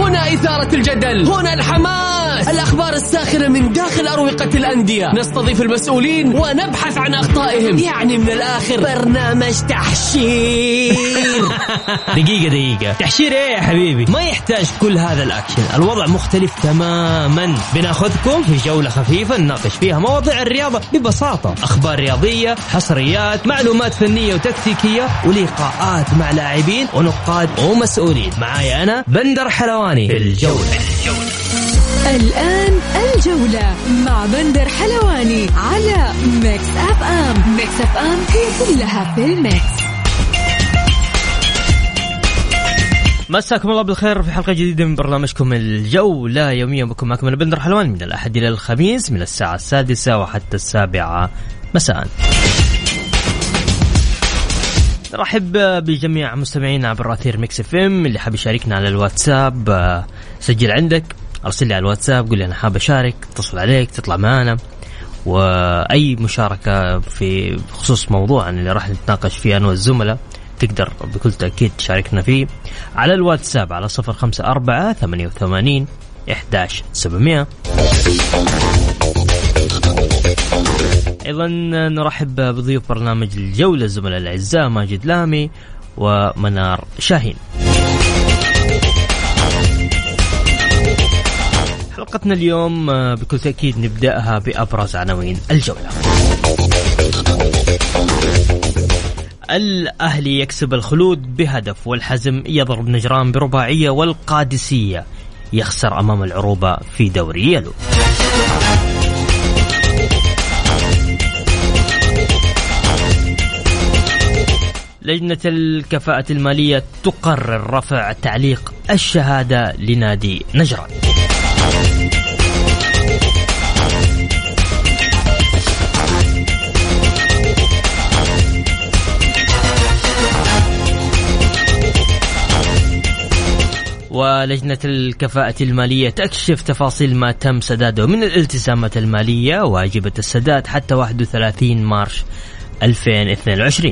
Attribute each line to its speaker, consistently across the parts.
Speaker 1: هنا إثارة الجدل، هنا الحماس، الأخبار الساخنة من داخل أروقة الأندية، نستضيف المسؤولين ونبحث عن أخطائهم. يعني من الآخر برنامج تحشير.
Speaker 2: دقيقة تحشير ايه يا حبيبي؟ ما يحتاج كل هذا الأكشن، الوضع مختلف تماما. بناخذكم في جولة خفيفة نناقش فيها مواضيع الرياضة ببساطة، أخبار رياضية، حصريات، معلومات فنية وتكتيكية، ولقاءات مع لاعبين ونقاد ومسؤولين. معايا أنا بندر حلواني في الجولة.
Speaker 3: الآن الجولة مع بندر حلواني على ميكس أف أم. ميكس أف أم هي كلها في الميكس.
Speaker 2: مساكم الله بالخير في حلقة جديدة من برنامجكم الجولة يوميا. بكم معكم أنا بندر حلواني من الأحد إلى الخميس من الساعة 6 وحتى 7 مساء. نرحب بجميع مستمعينا عبر أثير ميكس اف ام. اللي حاب يشاركنا على الواتساب سجل عندك، ارسل لي على الواتساب، قول لي انا حاب اشارك، اتصل عليك تطلع معنا. واي مشاركه في خصوص موضوع اللي راح نتناقش فيه انا والزملاء تقدر بكل تاكيد تشاركنا فيه على الواتساب على 054-88-11700. ايضا نرحب بضيوف برنامج الجولة الزملاء الاعزاء ماجد لامي ومنار شاهين. حلقتنا اليوم بكل تأكيد نبدأها بأبرز عناوين الجولة. الأهلي يكسب الخلود بهدف، والحزم يضرب نجران برباعية، والقادسية يخسر أمام العروبة في دوري يلو. لجنة الكفاءة المالية تقرر رفع تعليق الشهادة لنادي نجران. ولجنة الكفاءة المالية تكشف تفاصيل ما تم سداده من الالتزامات المالية واجبة السداد حتى 31 مارس 2022.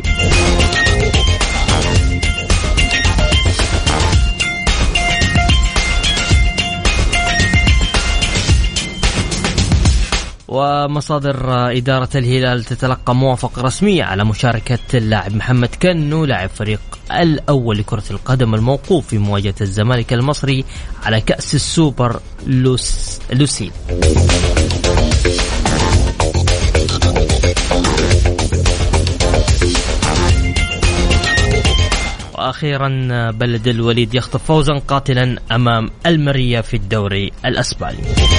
Speaker 2: ومصادر إدارة الهلال تتلقى موافقة رسمية على مشاركة اللاعب محمد كنو لاعب فريق الأول لكرة القدم الموقوف في مواجهة الزمالك المصري على كأس السوبر لوسيل. وأخيرا بلد الوليد يخطف فوزا قاتلا أمام المريا في الدوري الأسباني.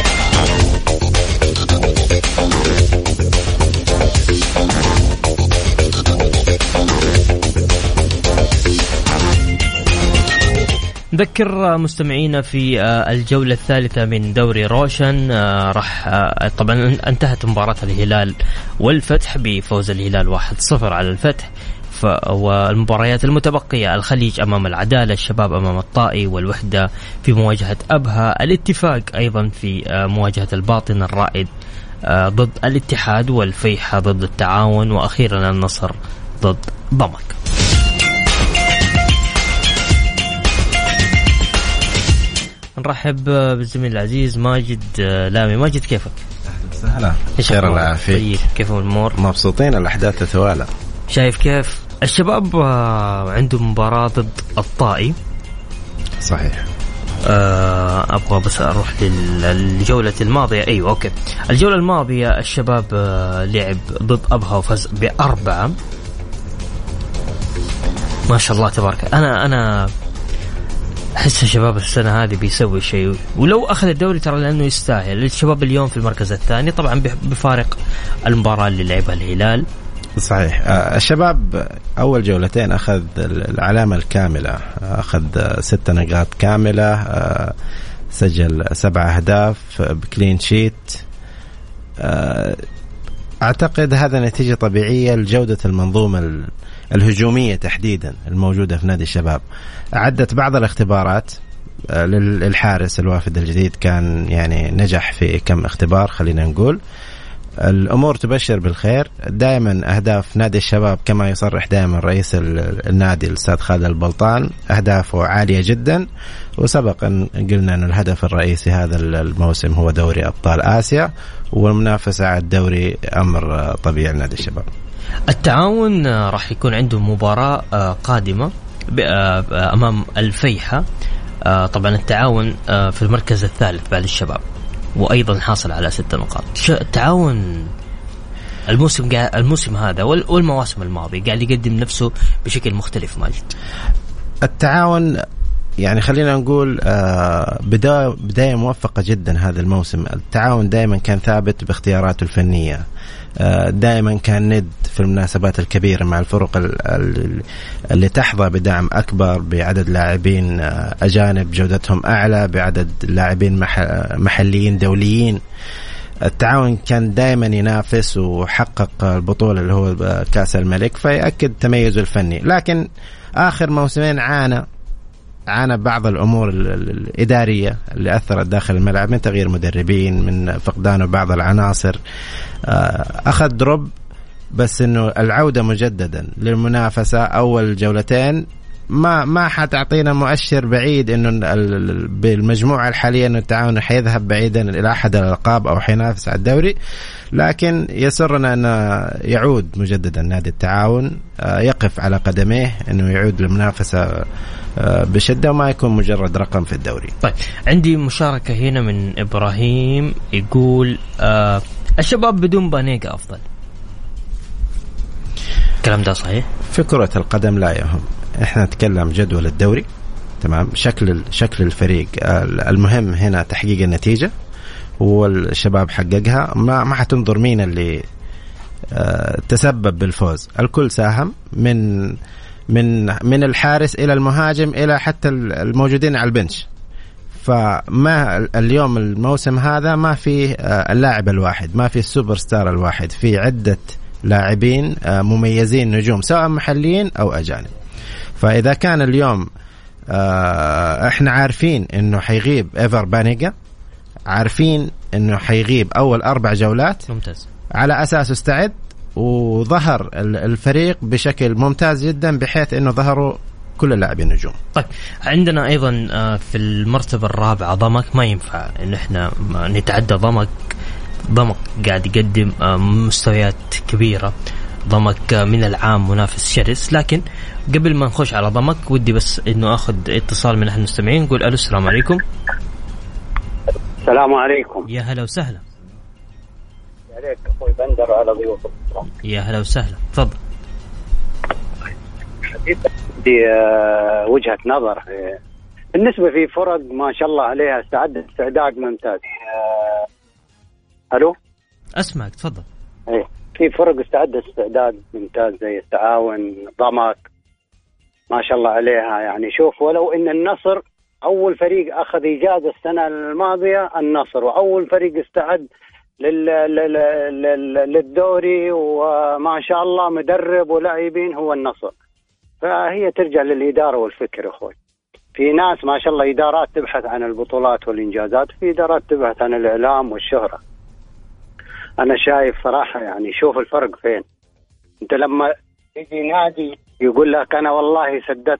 Speaker 2: نذكر مستمعينا في الجولة الثالثة من دوري روشن راح طبعا انتهت مباراة الهلال والفتح بفوز الهلال 1-0 على الفتح. والمباريات المتبقية الخليج أمام العدالة، الشباب أمام الطائي، والوحدة في مواجهة أبها، الاتفاق أيضا في مواجهة الباطن الرائد ضد الاتحاد، والفيحة ضد التعاون، وأخيرا النصر ضد ضمك. نرحب بالزميل العزيز ماجد لامي. ماجد كيفك؟
Speaker 4: سهلا خير العافية.
Speaker 2: طيب كيف الأمور؟
Speaker 4: مبسوطين، الأحداث تتوالى.
Speaker 2: شايف كيف الشباب عندهم مباراة ضد الطائي.
Speaker 4: صحيح.
Speaker 2: أبغى بس أروح للجولة الماضية. أيوة أوكي. الجولة الماضية الشباب لعب ضد أبها وفاز ب4. ما شاء الله تبارك. أنا أحس الشباب السنة هذه بيسوي شيء، ولو أخذ الدوري ترى لأنه يستاهل. الشباب اليوم في المركز الثاني طبعا بفارق المباراة اللي لعبها الهلال.
Speaker 4: صحيح. الشباب أول جولتين أخذ العلامة الكاملة، أخذ 6 نقاط كاملة، سجل 7 أهداف بكلين شيت. أعتقد هذا نتيجة طبيعية لجودة المنظومة الهجومية تحديدا الموجودة في نادي الشباب. عدت بعض الاختبارات للحارس الوافد الجديد، كان يعني نجح في كم اختبار خلينا نقول. الأمور تبشر بالخير. دائما أهداف نادي الشباب كما يصرح دائما رئيس النادي الأستاذ خالد البلطان أهدافه عالية جدا، وسبق أن قلنا أن الهدف الرئيسي هذا الموسم هو دوري أبطال آسيا، والمنافسة على الدوري أمر طبيعي لنادي الشباب.
Speaker 2: التعاون راح يكون عنده مباراة قادمة أمام الفيحة. طبعا التعاون في المركز الثالث بعد الشباب، وأيضا حاصل على 6 نقاط. التعاون الموسم هذا والمواسم الماضية قاعد يقدم نفسه بشكل مختلف. ماجد،
Speaker 4: التعاون يعني خلينا نقول بداية موفقة جدا هذا الموسم. التعاون دائما كان ثابت باختياراته الفنية، دائما كان ند في المناسبات الكبيرة مع الفرق اللي تحظى بدعم أكبر، بعدد لاعبين أجانب جودتهم أعلى، بعدد لاعبين محليين دوليين. التعاون كان دائما ينافس وحقق البطولة اللي هو كأس الملك، فيأكد تميزه الفني. لكن آخر موسمين عانى بعض الأمور الإدارية اللي أثرت داخل الملعب، من تغيير مدربين، من فقدان بعض العناصر. أخذ دروب، بس إنه العودة مجددا للمنافسة أول جولتين ما حتعطينا مؤشر بعيد إنه بالمجموعة الحالية إنه التعاون حيذهب بعيدا إلى أحد الألقاب أو حينافس على الدوري. لكن يسرنا أن يعود مجددا نادي التعاون، يقف على قدميه، إنه يعود للمنافسة بشدة وما يكون مجرد رقم في الدوري.
Speaker 2: طيب، عندي مشاركة هنا من إبراهيم يقول الشباب بدون بانيجا أفضل. الكلام ده صحيح؟
Speaker 4: في كرة القدم لا يهم، احنا نتكلم جدول الدوري، تمام، شكل الفريق. المهم هنا تحقيق النتيجة، والشباب حققها. ما حتنظر مين اللي تسبب بالفوز، الكل ساهم من الحارس إلى المهاجم إلى حتى الموجودين على البنش. فما اليوم الموسم هذا ما في اللاعب الواحد، ما في السوبر ستار الواحد، في عدة لاعبين مميزين نجوم سواء محليين أو أجانب. فإذا كان اليوم احنا عارفين انه حيغيب إيفر بانيجا، عارفين انه حيغيب اول 4 جولات،
Speaker 2: ممتاز، على
Speaker 4: اساس استعد وظهر الفريق بشكل ممتاز جدا، بحيث انه ظهروا كل اللاعبين نجوم.
Speaker 2: طيب، عندنا ايضا في المرتبة الرابعة ضمك. ما ينفع ان احنا نتعدى ضمك قاعد يقدم مستويات كبيرة. ضمك من العام منافس شرس. لكن قبل ما نخش على ضمك ودي بس انه اخذ اتصال من احد المستمعين. نقول الو، السلام عليكم.
Speaker 5: السلام عليكم.
Speaker 2: يا هلا وسهلا.
Speaker 5: عليك اخوي بندر على ضيوفك.
Speaker 2: يا هلا وسهلا، تفضل.
Speaker 5: دي وجهة نظر بالنسبة في فرق ما شاء الله عليها استعداد ممتاز. الو،
Speaker 2: اسمعك، تفضل.
Speaker 5: ايه، في فرق استعداد ممتاز زي التعاون، ضمك، ما شاء الله عليها. يعني شوف، ولو ان النصر اول فريق اخذ اجازه السنه الماضيه، النصر، واول فريق استعد للدوري وما شاء الله مدرب ولاعبين هو النصر. فهي ترجع للاداره والفكر اخوي. في ناس ما شاء الله ادارات تبحث عن البطولات والانجازات، في ادارات تبحث عن الاعلام والشهره. أنا شايف صراحة، يعني شوف الفرق فين. أنت لما يجي نادي يقول لك أنا والله سددت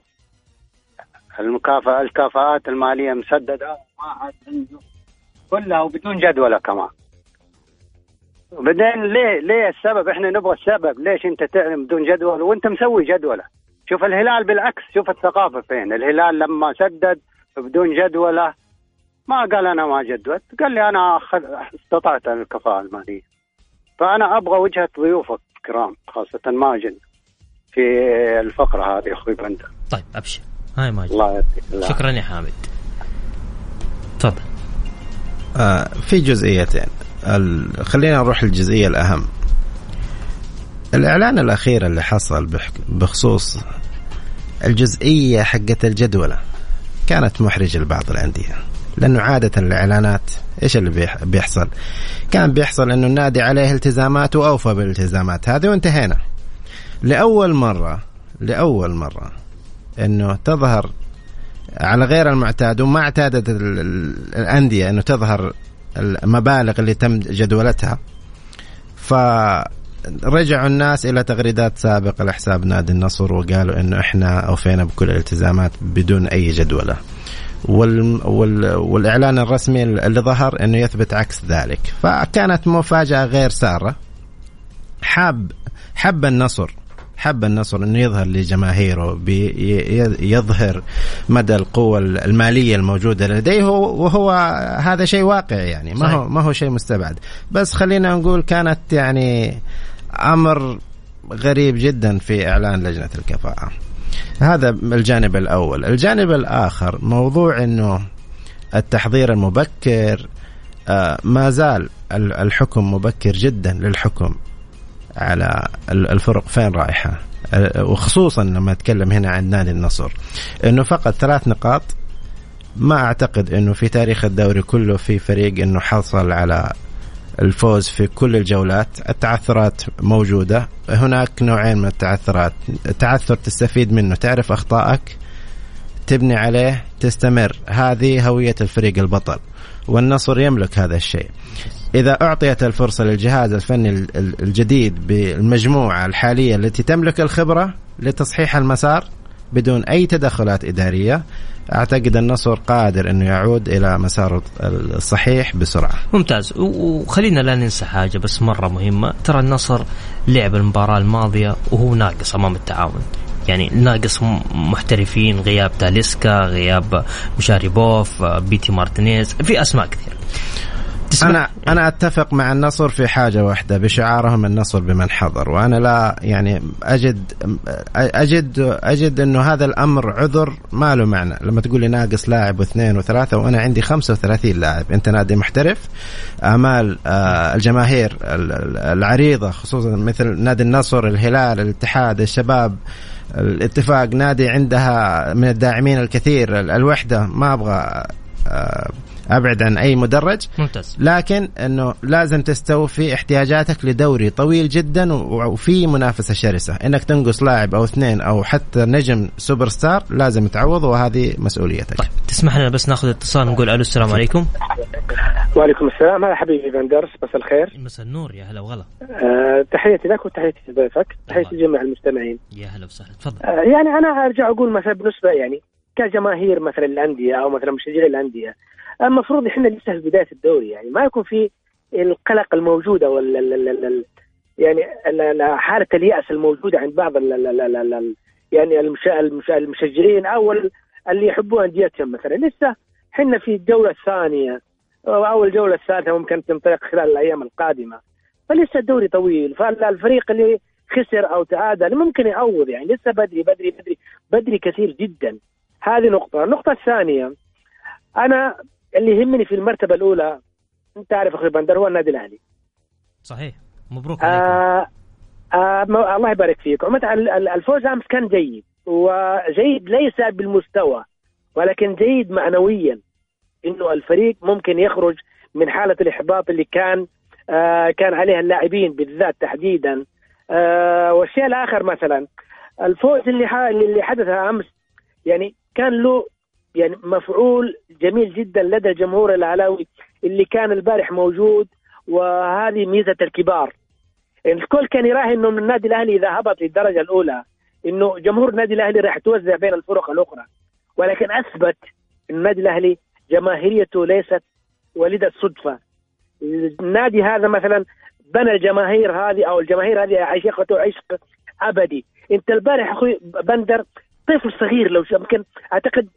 Speaker 5: الكفاءات المالية مسددة، ما عاد عنده كلها وبدون جدولة كمان. وبعدين ليه السبب؟ إحنا نبغى السبب. ليش أنت تعلم بدون جدول وأنت مسوي جدولة؟ شوف الهلال بالعكس، شوف الثقافة فين. الهلال لما سدد بدون جدولة ما قال أنا ما جدولت، قال لي أنا استطعت الكفاءة المالية. فأنا أبغى وجهة ضيوفك كرام، خاصة ماجد في الفقرة هذه أخوي بندر.
Speaker 2: طيب، أبشر. هاي ماجد.
Speaker 5: الله يعطيك.
Speaker 2: شكرا يا حامد. تفضل.
Speaker 4: في جزئيتين، خلينا نروح الجزئية الأهم. الإعلان الأخير اللي حصل بخصوص الجزئية حقة الجدولة كانت محرجة لبعض الأندية، لأنه عادة الإعلانات إيش اللي بيحصل؟ كان بيحصل إنه النادي عليه التزامات وأوفى بالالتزامات هذه وانتهينا. لأول مرة إنه تظهر على غير المعتاد، وما اعتادت الأندية إنه تظهر المبالغ اللي تم جدولتها فرجعوا الناس إلى تغريدات سابقة لحساب نادي النصر وقالوا إنه إحنا أوفينا بكل الالتزامات بدون أي جدولة. والإعلان الرسمي اللي ظهر إنه يثبت عكس ذلك. فكانت مفاجأة غير سارة. حب النصر إنه يظهر لجماهيره، يظهر مدى القوة المالية الموجودة لديه، وهو هذا شيء واقعي يعني، ما هو شيء مستبعد. بس خلينا نقول كانت يعني أمر غريب جدا في إعلان لجنة الكفاءة. هذا الجانب الأول. الجانب الآخر موضوع إنه التحضير المبكر، ما زال الحكم مبكر جدا للحكم على الفرق فين رايحة، وخصوصا لما أتكلم هنا عن نادي النصر إنه فقط 3 نقاط. ما أعتقد إنه في تاريخ الدوري كله في فريق إنه حصل على الفوز في كل الجولات. التعثرات موجودة، هناك نوعين من التعثرات: تعثر تستفيد منه، تعرف أخطائك، تبني عليه، تستمر. هذه هوية الفريق البطل، والنصر يملك هذا الشيء. إذا أعطيت الفرصة للجهاز الفني الجديد بالمجموعة الحالية التي تملك الخبرة لتصحيح المسار بدون أي تدخلات إدارية، أعتقد النصر قادر أنه يعود إلى مساره الصحيح بسرعة.
Speaker 2: ممتاز. وخلينا لا ننسى حاجة بس مرة مهمة، ترى النصر لعب المباراة الماضية وهو ناقص أمام التعاون، يعني ناقص محترفين، غياب تاليسكا، غياب مشاريبوف، بيتي مارتينيز، في أسماء كثير.
Speaker 4: أنا أتفق مع النصر في حاجة واحدة بشعارهم النصر بمن حضر، وأنا لا يعني أجد إنه هذا الأمر عذر ما له معنى. لما تقول لي ناقص لاعب واثنين وثلاثة وأنا عندي 35 لاعب، أنت نادي محترف. آمال الجماهير العريضة خصوصا مثل نادي النصر، الهلال، الاتحاد، الشباب، الاتفاق، نادي عندها من الداعمين الكثير. الوحدة ما أبغى أبعد عن أي مدرج.
Speaker 2: ممتاز.
Speaker 4: لكن أنه لازم تستوفي احتياجاتك لدوري طويل جدا وفي منافسة شرسة. إنك تنقص لاعب أو اثنين أو حتى نجم سوبر ستار لازم تعوض، وهذه مسؤوليتك.
Speaker 2: طيب تسمح لنا بس ناخذ اتصال، نقول ألو السلام عليكم.
Speaker 6: وعليكم السلام. هذا حبيبي فاندرس، مساء الخير.
Speaker 2: مساء النور، يا هلا وغلا.
Speaker 6: تحياتي لك وتحياتي لضيفك، تحياتي لجميع المستمعين.
Speaker 2: يا هلا وسهلا، تفضل.
Speaker 6: يعني أنا أرجع أقول مثلا بالنسبة يعني كجماهير مثلا الأندية أو مثلا مشجعي الأندية، المفروض إحنا لسه في بداية الدوري، يعني ما يكون في القلق الموجودة ولا يعني حالة اليأس الموجودة عند بعض يعني المشجعين أو اللي يحبون أنديتهم. مثلا لسه إحنا في الجولة الثانية أو الجولة الثالثة ممكن تنطلق خلال الأيام القادمة، فلسه الدوري طويل. فالفريق اللي خسر أو تعادل ممكن يعوض، يعني لسه بدري بدري بدري بدري كثير جدا. هذه نقطة. النقطة الثانية، أنا اللي يهمني في المرتبة الأولى، أنت عارف أخي بندر، هو النادي الأهلي.
Speaker 2: صحيح، مبروك عليك.
Speaker 6: الله يبارك فيك. الفوز أمس كان جيد، وجيد ليس بالمستوى ولكن جيد معنويا، إنه الفريق ممكن يخرج من حالة الإحباط اللي كان عليها اللاعبين بالذات تحديدا. والشيء الآخر مثلا الفوز اللي حدث أمس، يعني كان له يعني مفعول جميل جدا لدى الجمهور العلاوي اللي كان البارح موجود، وهذه ميزة الكبار. الكل كان يراهن إنه من النادي الأهلي إذا هبط للدرجة الأولى إنه جمهور النادي الأهلي راح توزع بين الفرق الأخرى، ولكن أثبت إن النادي الأهلي جماهيريته ليست وليدة صدفة. النادي هذا مثلا بنى الجماهير هذه، أو الجماهير هذه عشقته عشق أبدي. أنت البارح أخوي بندر طفل صغير، لو يمكن أعتقد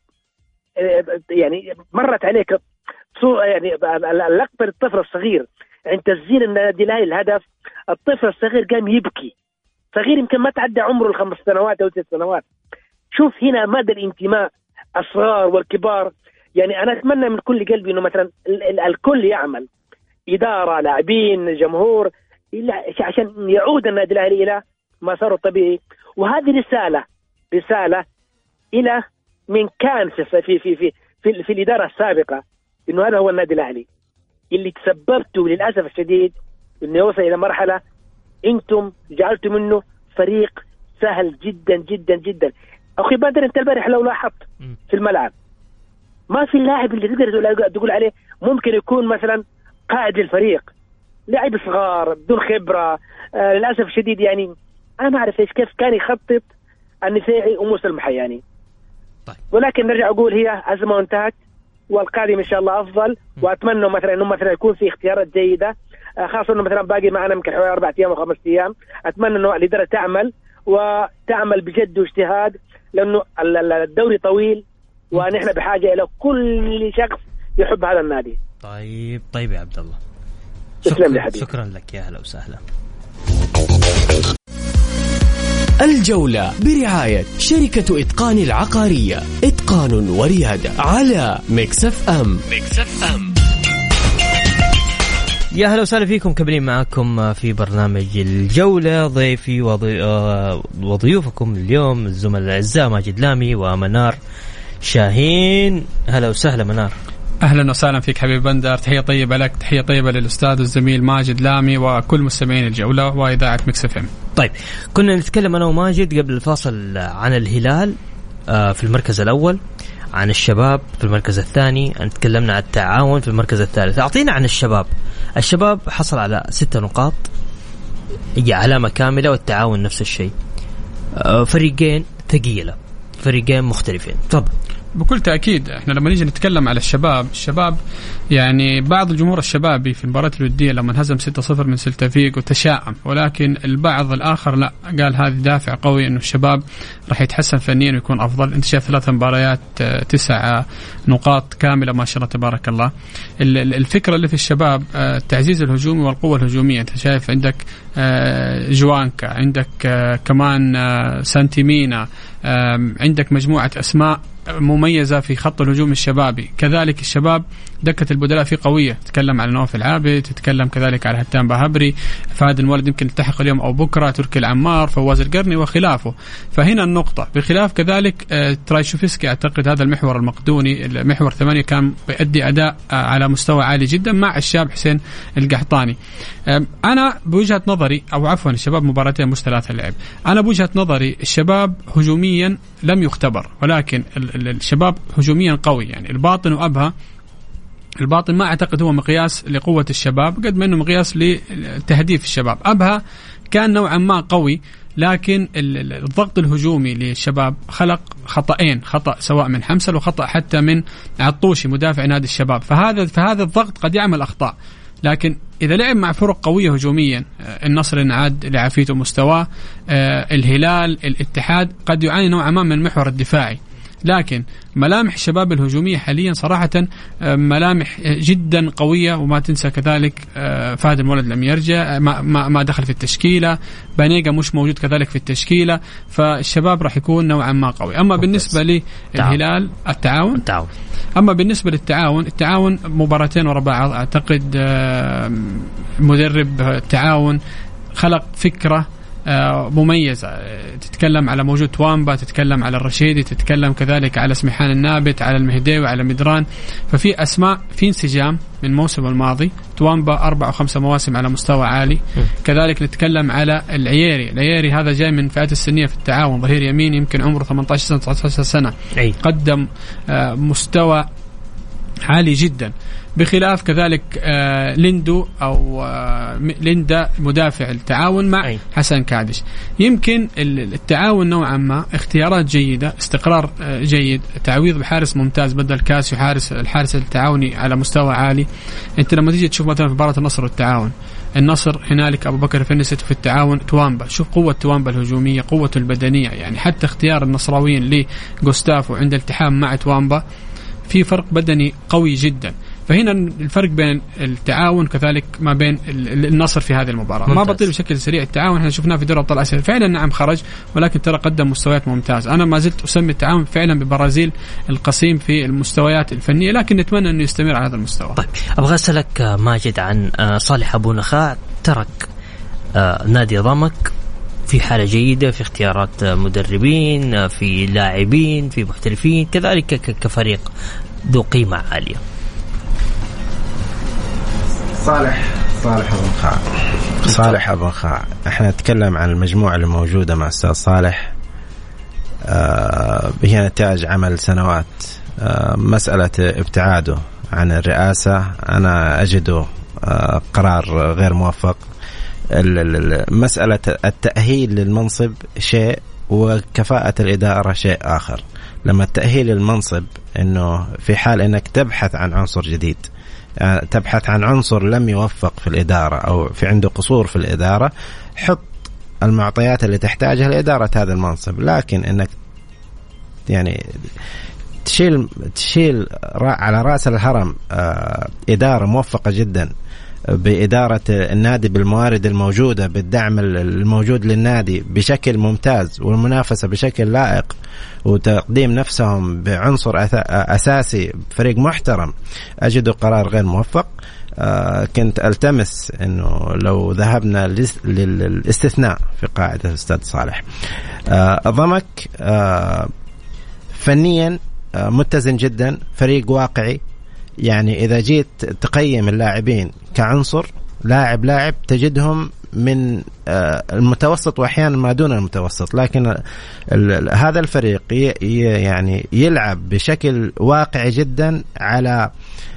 Speaker 6: يعني مرت عليك يعني لقطة الطفل الصغير عند تسجيل النادي الأهلي الهدف، الطفل الصغير قام يبكي، صغير يمكن ما تعدى عمره 5 سنوات أو 6 سنوات. شوف هنا مدى الانتماء، الصغار والكبار. يعني أنا أتمنى من كل قلبي إنه مثلا الكل يعمل، إدارة، لاعبين، جمهور، عشان يعود النادي الأهلي إلى مساره الطبيعي. وهذه رسالة إلى من كان في الإدارة السابقة، إنه هذا هو النادي الأهلي اللي تسببتوا للأسف الشديد إنه يوصل إلى مرحلة أنتم جعلتوا منه فريق سهل جدا جدا جدا. أخي بدر، أنت البارح لو لاحظت في الملعب ما في اللاعب اللي تقدر تقول عليه ممكن يكون مثلا قائد الفريق. لاعب صغار بدون خبرة للأسف شديد. يعني أنا ما أعرف إيش كيف كان يخطط النفيعي وموسى المحياني.
Speaker 2: طيب.
Speaker 6: ولكن نرجع أقول هي أزمة وانتهت، والقادم إن شاء الله أفضل، وأتمنى مثلا إنه مثلا يكون في اختيارات جيدة، خاصة إنه مثلا باقي معنا يمكن حوالي 4 أيام أو 5 أيام. أتمنى إنه الإدارة تعمل بجد واجتهاد، لأنه الدوري طويل ونحن بحاجة إلى كل شخص يحب هذا النادي.
Speaker 2: طيب يا عبد الله، شكرا لك، يا هلا وسهلا.
Speaker 1: الجولة برعاية شركة إتقان العقارية، إتقان وريادة، على ميكس اف ام.
Speaker 2: يا هلا وسهلا فيكم، كملين معكم في برنامج الجولة. ضيفي وضيوفكم اليوم الزملاء الأعزاء ماجد لامي ومنار شاهين. هلا وسهلا منار.
Speaker 7: أهلا وسهلا فيك حبيب بندر، تحية طيبة لك، تحية طيبة للأستاذ الزميل ماجد لامي وكل مستمعين الجولة وإذاعة ميكس اف ام.
Speaker 2: طيب، كنا نتكلم أنا وماجد قبل الفاصل عن الهلال في المركز الأول، عن الشباب في المركز الثاني، تكلمنا عن التعاون في المركز الثالث. أعطينا عن الشباب حصل على 6 نقاط، هي علامة كاملة، والتعاون نفس الشيء. فريقين ثقيلة، فريقين مختلفين. طب
Speaker 7: بكل تأكيد احنا لما نيجي نتكلم على الشباب يعني بعض الجمهور الشبابي في المباراة الودية لما انهزم 6-0 من سيلتا فيغو تشاءم، ولكن البعض الآخر لا، قال هذا دافع قوي انه الشباب راح يتحسن فنيا ويكون افضل. انت شايف 3 مباريات 9 نقاط كاملة ما شاء الله تبارك الله. الفكرة اللي في الشباب التعزيز الهجومي والقوة الهجومية. انت شايف عندك جوانكا، عندك كمان سانتيمينا، عندك مجموعة أسماء مميزة في خط الهجوم الشبابي. كذلك الشباب دكة البدلاء فيه قوية، تتكلم على نواف العابد، تتكلم كذلك على هتان بهبري، فهد المولد يمكن يلتحق اليوم أو بكرة، تركي العمار، فواز القرني وخلافه. فهنا النقطة. بخلاف كذلك ترايشوفسكي، أعتقد هذا المحور المقدوني، المحور 8 كان بيؤدي أداء على مستوى عالي جدا مع الشاب حسين القحطاني. أنا بوجهة نظري، أو عفوا الشباب مباراتين مش 3 لعب، أنا بوجهة نظري الشباب هجوميا لم يختبر، ولكن الشباب هجوميا قوي. يعني الباطن وأبها، الباطن ما أعتقد هو مقياس لقوة الشباب قد ما أنه مقياس لتهديف الشباب. أبها كان نوعا ما قوي، لكن الضغط الهجومي للشباب خلق خطأين، خطأ سواء من حمسل وخطأ حتى من عطوشي مدافع نادي الشباب. فهذا الضغط قد يعمل أخطاء، لكن إذا لعب مع فرق قوية هجوميا، النصر انعاد لعافيته مستواه، الهلال، الاتحاد قد يعاني نوعا ما من المحور الدفاعي. لكن ملامح الشباب الهجومية حاليا صراحة ملامح جدا قوية. وما تنسى كذلك فهد المولد لم يرجع، ما دخل في التشكيلة، بانيجا مش موجود كذلك في التشكيلة، فالشباب راح يكون نوعا ما قوي. أما بالنسبة للهلال التعاون، أما بالنسبة للتعاون، التعاون مباراتين ورا بعض، أعتقد مدرب التعاون خلق فكرة مميزة. تتكلم على موجود توامبا، تتكلم على الرشيدي، تتكلم كذلك على سميحان النابت، على المهديوي، على مدران. ففي أسماء في انسجام من الموسم الماضي. توامبا 4 أو 5 مواسم على مستوى عالي. كذلك نتكلم على العييري هذا جاي من فئات السنية في التعاون، ظهير يمين يمكن عمره 18 سنة 19 سنة، قدم مستوى عالي جدا. بخلاف كذلك ليندو أو ليندا مدافع التعاون مع حسن كادش. يمكن التعاون نوعا ما اختيارات جيدة، استقرار جيد، تعويض بحارس ممتاز بدل كاسيو، الحارس التعاوني على مستوى عالي. انت لما تيجي تشوف مثلا في مباراة النصر والتعاون، النصر هنالك أبو بكر فنست، في التعاون توامبا، شوف قوة توامبا الهجومية، قوة البدنية. يعني حتى اختيار النصراويين لغوستافو عند التحام مع توامبا في فرق بدني قوي جدا. فهنا الفرق بين التعاون كذلك ما بين النصر في هذه المباراة. ممتاز. ما بطير بشكل سريع. التعاون احنا شفناه في دوري أبطال آسيا فعلا نعم خرج، ولكن ترى قدم مستويات ممتاز. أنا ما زلت أسمي التعاون فعلا ببرازيل القصيم في المستويات الفنية، لكن نتمنى أنه يستمر على هذا المستوى.
Speaker 2: طيب أبغى أسألك ماجد عن صالح أبو نخاع. ترك نادي ضمك في حالة جيدة في اختيارات مدربين، في لاعبين، في محترفين، كذلك كفريق ذو قيمة عالية.
Speaker 4: صالح أبو نخاع احنا نتكلم عن المجموعة اللي موجودة مع أستاذ صالح. هي نتاج عمل سنوات. مسألة ابتعاده عن الرئاسة أنا أجده قرار غير موفق. مسألة التأهيل للمنصب شيء وكفاءة الإدارة شيء آخر. لما التأهيل للمنصب إنه في حال إنك تبحث عن عنصر جديد، تبحث عن عنصر لم يوفق في الإدارة أو في عنده قصور في الإدارة، حط المعطيات اللي تحتاجها لإدارة هذا المنصب. لكن إنك يعني تشيل على رأس الهرم إدارة موفقة جدا بإدارة النادي بالموارد الموجودة، بالدعم الموجود للنادي بشكل ممتاز والمنافسة بشكل لائق، وتقديم نفسهم بعنصر أساسي فريق محترم، أجده قرار غير موفق. كنت ألتمس أنه لو ذهبنا للاستثناء في قاعدة الأستاذ صالح، ضمك فنيا متزن جدا، فريق واقعي. يعني إذا جيت تقيم اللاعبين كعنصر لاعب تجدهم من المتوسط وأحيانا ما دون المتوسط، لكن هذا الفريق يعني يلعب بشكل واقعي جدا على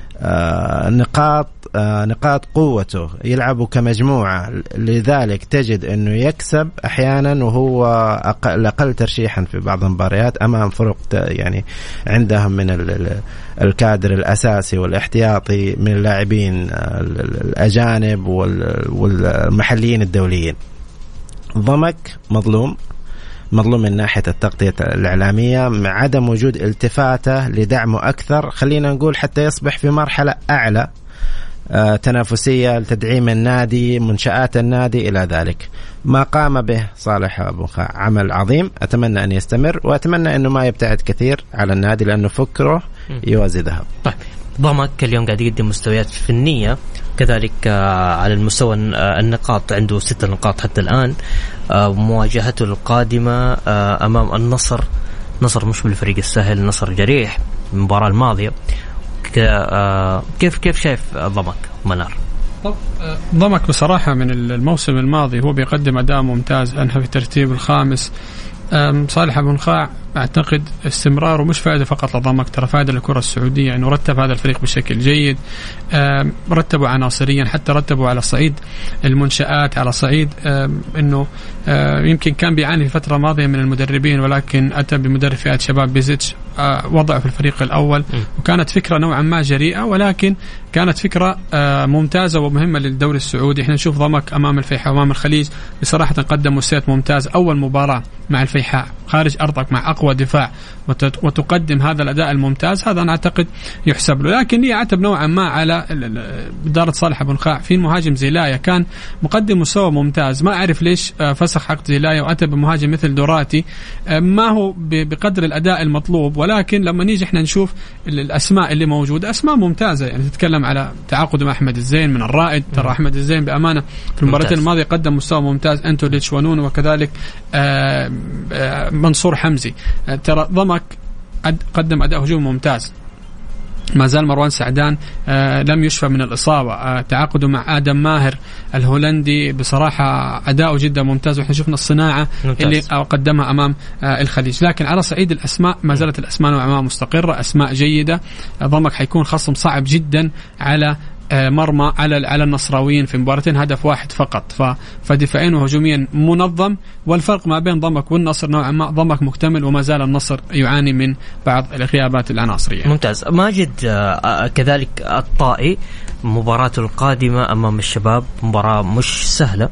Speaker 4: نقاط قوته، يلعبوا كمجموعة. لذلك تجد أنه يكسب أحيانا وهو أقل ترشيحا في بعض المباريات أمام فرق يعني عندهم من الكادر الأساسي والاحتياطي من اللاعبين الأجانب والمحليين الدوليين. ضمك مظلوم من ناحية التغطية الإعلامية، مع عدم وجود التفاتة لدعمه أكثر، خلينا نقول حتى يصبح في مرحلة أعلى تنافسية لتدعيم النادي، منشآت النادي إلى ذلك. ما قام به صالح أبو نخاع عمل عظيم، أتمنى أن يستمر، وأتمنى أنه ما يبتعد كثير على النادي لأنه فكره يوازي ذهب.
Speaker 2: طيب ضمك اليوم قاعد يقدم مستويات فنية كذلك على المستوى النقاط، عنده 6 نقاط حتى الآن. مواجهته القادمة أمام النصر، نصر مش بالفريق السهل، نصر جريح المباراة الماضية. كيف شايف ضمك منار؟
Speaker 7: ضمك بصراحة من الموسم الماضي هو بيقدم أداء ممتاز، أنهى في ترتيب الخامس. صالح أبو نخاع أعتقد استمراره مش فائدة فقط لضمك، ترى فائدة للكرة السعودية، إنه رتب هذا الفريق بشكل جيد، رتبوا عناصريا، حتى رتبوا على صعيد المنشآت، على صعيد إنه يمكن كان بيعاني في فترة ماضية من المدربين، ولكن أتى بمدرب فئات شباب بيزيتش وضعه في الفريق الأول، وكانت فكرة نوعا ما جريئة، ولكن كانت فكرة ممتازة ومهمة للدوري السعودي. احنا نشوف ضمك أمام الفيحاء وأمام الخليج بصراحة قدم مستوى ممتاز. أول مباراة مع الفيحاء خارج أرضك مع أقوى دفاع وتقدم هذا الأداء الممتاز، هذا أنا أعتقد يحسب له. لكن لي عتب نوعا ما على إدارة صالح أبو نخاع في المهاجم زيلايا، كان مقدم مستوى ممتاز، ما أعرف ليش فسخ عقد زيلايا وأتى بمهاجم مثل دوراتي ما هو بقدر الأداء المطلوب. ولكن لما نيجي احنا نشوف الأسماء اللي موجودة أسماء ممتازة، يعني تتكلم على تعاقد مع أحمد الزين من الرائد، ترى أحمد الزين بأمانة في المباراة الماضية قدم مستوى ممتاز، أنتوليتش ونون، وكذلك منصور حمزي. ترى ضمك قدم أداء هجوم ممتاز. ما زال مروان سعدان لم يشفى من الإصابة. تعاقده مع آدم ماهر الهولندي بصراحة أداؤه جدا ممتاز، وإحنا شفنا الصناعة اللي قدمها أمام الخليج. لكن على صعيد الأسماء ما زالت الأسماء نوعا ما مستقرة، أسماء جيدة. ضمك حيكون خصم صعب جدا على مرمى على النصراويين في مباراتين هدف واحد فقط، فدفاعيا وهجوميا منظم. والفرق ما بين ضمك والنصر نوعا ما ضمك مكتمل، وما زال النصر يعاني من بعض الغيابات العناصرية.
Speaker 2: ممتاز. ماجد كذلك الطائي مباراته القادمة أمام الشباب مباراة مش سهلة،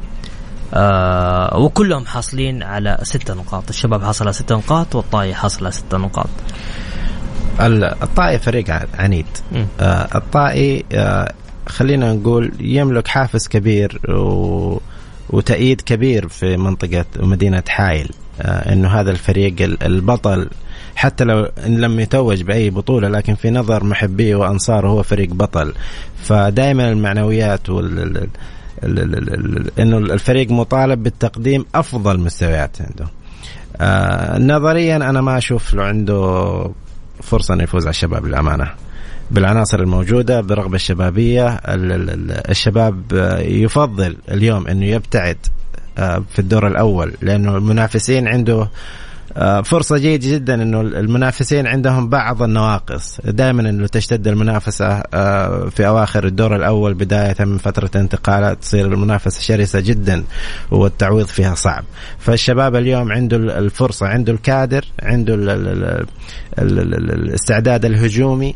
Speaker 2: وكلهم حاصلين على 6 نقاط. الشباب حاصل على 6 نقاط والطائي حاصل على 6 نقاط.
Speaker 4: الطائي فريق عنيد. الطائي خلينا نقول يملك حافز كبير وتأييد كبير في منطقة ومدينة حائل، إنه هذا الفريق البطل حتى لو إن لم يتوج بأي بطولة، لكن في نظر محبيه وأنصاره هو فريق بطل. فدائما المعنويات إنه الفريق مطالب بالتقديم أفضل مستويات عنده. نظريا أنا ما أشوف له عنده فرصة أن يفوز على الشباب للأمانة بالعناصر الموجودة برغبة الشبابية. الشباب يفضل اليوم أنه يبتعد في الدور الأول، لأنه المنافسين عنده فرصة جيدة جدا إنه المنافسين عندهم بعض النواقص. دائما إنه تشتد المنافسة في أواخر الدور الأول بداية من فترة انتقالات، تصير المنافسة شرسة جدا والتعويض فيها صعب. فالشباب اليوم عنده الفرصة، عنده الكادر، عنده الاستعداد الهجومي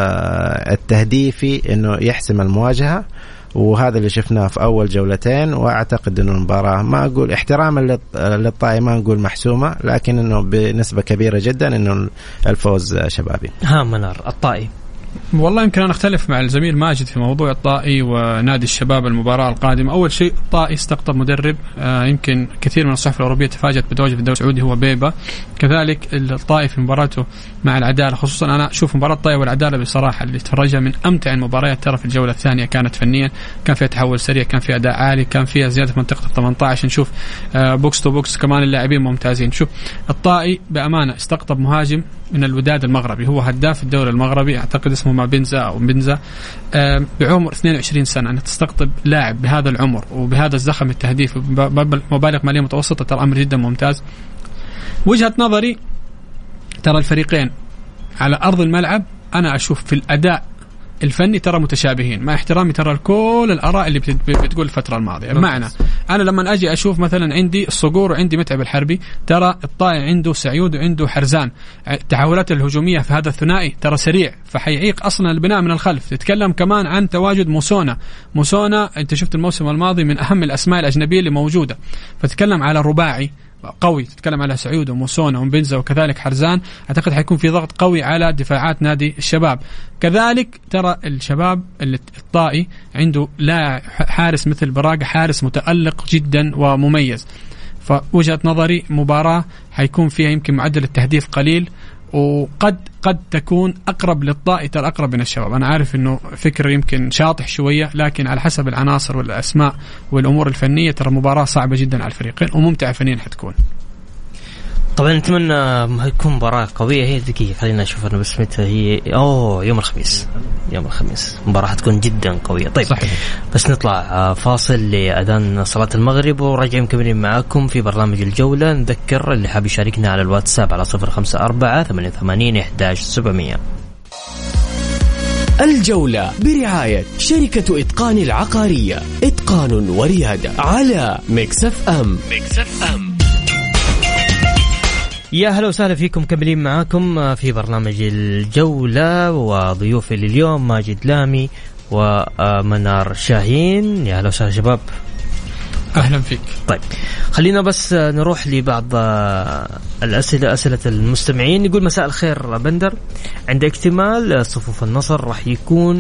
Speaker 4: التهديفي إنه يحسم المواجهة، وهذا اللي شفناه في أول جولتين. وأعتقد أنه المباراة ما أقول احتراما للطائي ما نقول محسومة، لكن أنه بنسبة كبيرة جدا أنه الفوز شبابي.
Speaker 2: منار الطائي.
Speaker 7: والله يمكن أنا أختلف مع الزميل ماجد في موضوع الطائي ونادي الشباب المباراة القادمة. أول شيء الطائي استقطب مدرب يمكن كثير من الصحف الأوروبية تفاجأت بتواجد في الدوري السعودي، هو بيبا. كذلك الطائي في مباراته مع العدالة، خصوصا أنا أشوف مباراة الطائي والعدالة بصراحة اللي تفرجها من أمتع المباريات ترى في الجولة الثانية. كانت فنيا، كان فيها تحول سريع، كان فيها أداء عالي، كان فيها زيادة في منطقة 18، نشوف بوكس تو بوكس، كمان اللاعبين ممتازين. شوف الطائي بأمانة استقطب مهاجم من الوداد المغربي، هو هداف الدوري المغربي، أعتقد اسمه مابنزا أو بنزا، بعمر 22 سنة. أن تستقطب لاعب بهذا العمر وبهذا الزخم التهديف ومبالغ مالية متوسطة ترى أمر جدا ممتاز. وجهة نظري ترى الفريقين على أرض الملعب أنا أشوف في الأداء الفني ترى متشابهين، مع احترامي ترى كل الآراء اللي بتقول الفترة الماضية. بمعنى أنا لما أجي أشوف مثلا عندي الصقور وعندي متعب الحربي، ترى الطائي عنده سعيود وعنده حرزان، التحولات الهجومية في هذا الثنائي ترى سريع، فحيعيق أصلا البناء من الخلف. تتكلم كمان عن تواجد موسونا أنت شفت الموسم الماضي من أهم الأسماء الأجنبية اللي موجودة، فتتكلم على رباعي قوي، تتكلم على سعيود وموسونا ومبنزا وكذلك حرزان. أعتقد حيكون في ضغط قوي على دفاعات نادي الشباب. كذلك ترى الشباب الطائي عنده لا حارس مثل براغة، حارس متألق جدا ومميز. فوجهة نظري مباراة حيكون فيها يمكن معدل التهديف قليل، وقد تكون أقرب للطائي ترى أقرب من الشباب. أنا عارف إنه فكر يمكن شاطح شوية، لكن على حسب العناصر والأسماء والأمور الفنية ترى مباراة صعبة جدا على الفريقين وممتعة فنيا حتكون.
Speaker 2: طبعا نتمنى ما يكون مباراة قوية. هي ذكية، خلينا نشوف أنا بس متى هي. يوم الخميس مباراة تكون جدا قوية. طيب
Speaker 7: صحيح. بس
Speaker 2: نطلع فاصل لأذان صلاة المغرب وراجعين مكملين معاكم في برنامج الجولة. نذكر اللي حاب يشاركنا على الواتساب على 0548811700.
Speaker 1: الجولة برعاية شركة إتقان العقارية، إتقان وريادة، على ميكس اف ام.
Speaker 2: يا هلا وسهلا فيكم، كملين معاكم في برنامج الجولة، وضيوفي لليوم ماجد لامي ومنار شاهين. يا هلا وسهلا شباب.
Speaker 7: أهلا فيك.
Speaker 2: طيب خلينا بس نروح لبعض أسئلة المستمعين. يقول مساء الخير بندر، عند اكتمال صفوف النصر راح يكون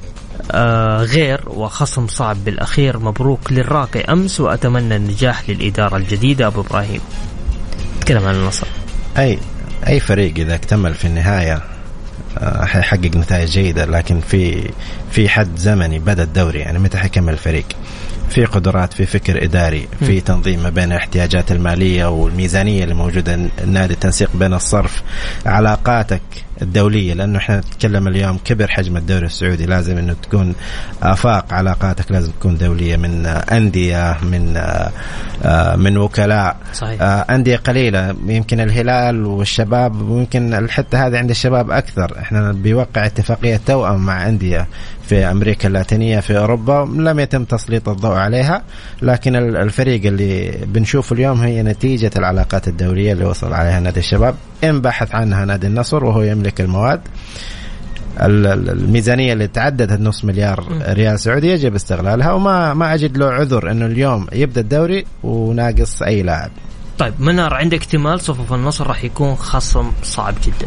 Speaker 2: غير وخصم صعب بالأخير. مبروك للراقي أمس وأتمنى النجاح للإدارة الجديدة. أبو إبراهيم تكلم عن النصر.
Speaker 4: أي فريق إذا اكتمل في النهاية حيحقق نتائج جيدة، لكن في حد زمني بدأ الدوري، يعني متى حيكمل الفريق؟ في قدرات، في فكر إداري، في تنظيم ما بين الاحتياجات المالية والميزانية اللي موجودة النادي، تنسيق بين الصرف، علاقاتك الدولية، لأنه احنا نتكلم اليوم كبر حجم الدوري السعودي، لازم انه تكون آفاق علاقاتك لازم تكون دولية، من أندية، من وكلاء.
Speaker 2: صحيح.
Speaker 4: أندية قليلة، يمكن الهلال والشباب، ويمكن الحتة هذه عند الشباب أكثر. احنا بيوقع اتفاقية توأم مع أندية في أمريكا اللاتينية، في أوروبا لم يتم تسليط الضوء عليها، لكن الفريق اللي بنشوفه اليوم هي نتيجة العلاقات الدولية اللي وصل عليها نادي الشباب، إن بحث عنها نادي النصر وهو يملك المواد. الميزانية اللي تعدت $500 مليار ريال سعودي يجب استغلالها، وما أجد له عذر أنه اليوم يبدأ الدوري وناقص أي لاعب.
Speaker 2: طيب منار، عند اكتمال صفوف النصر راح يكون خصم صعب جدا.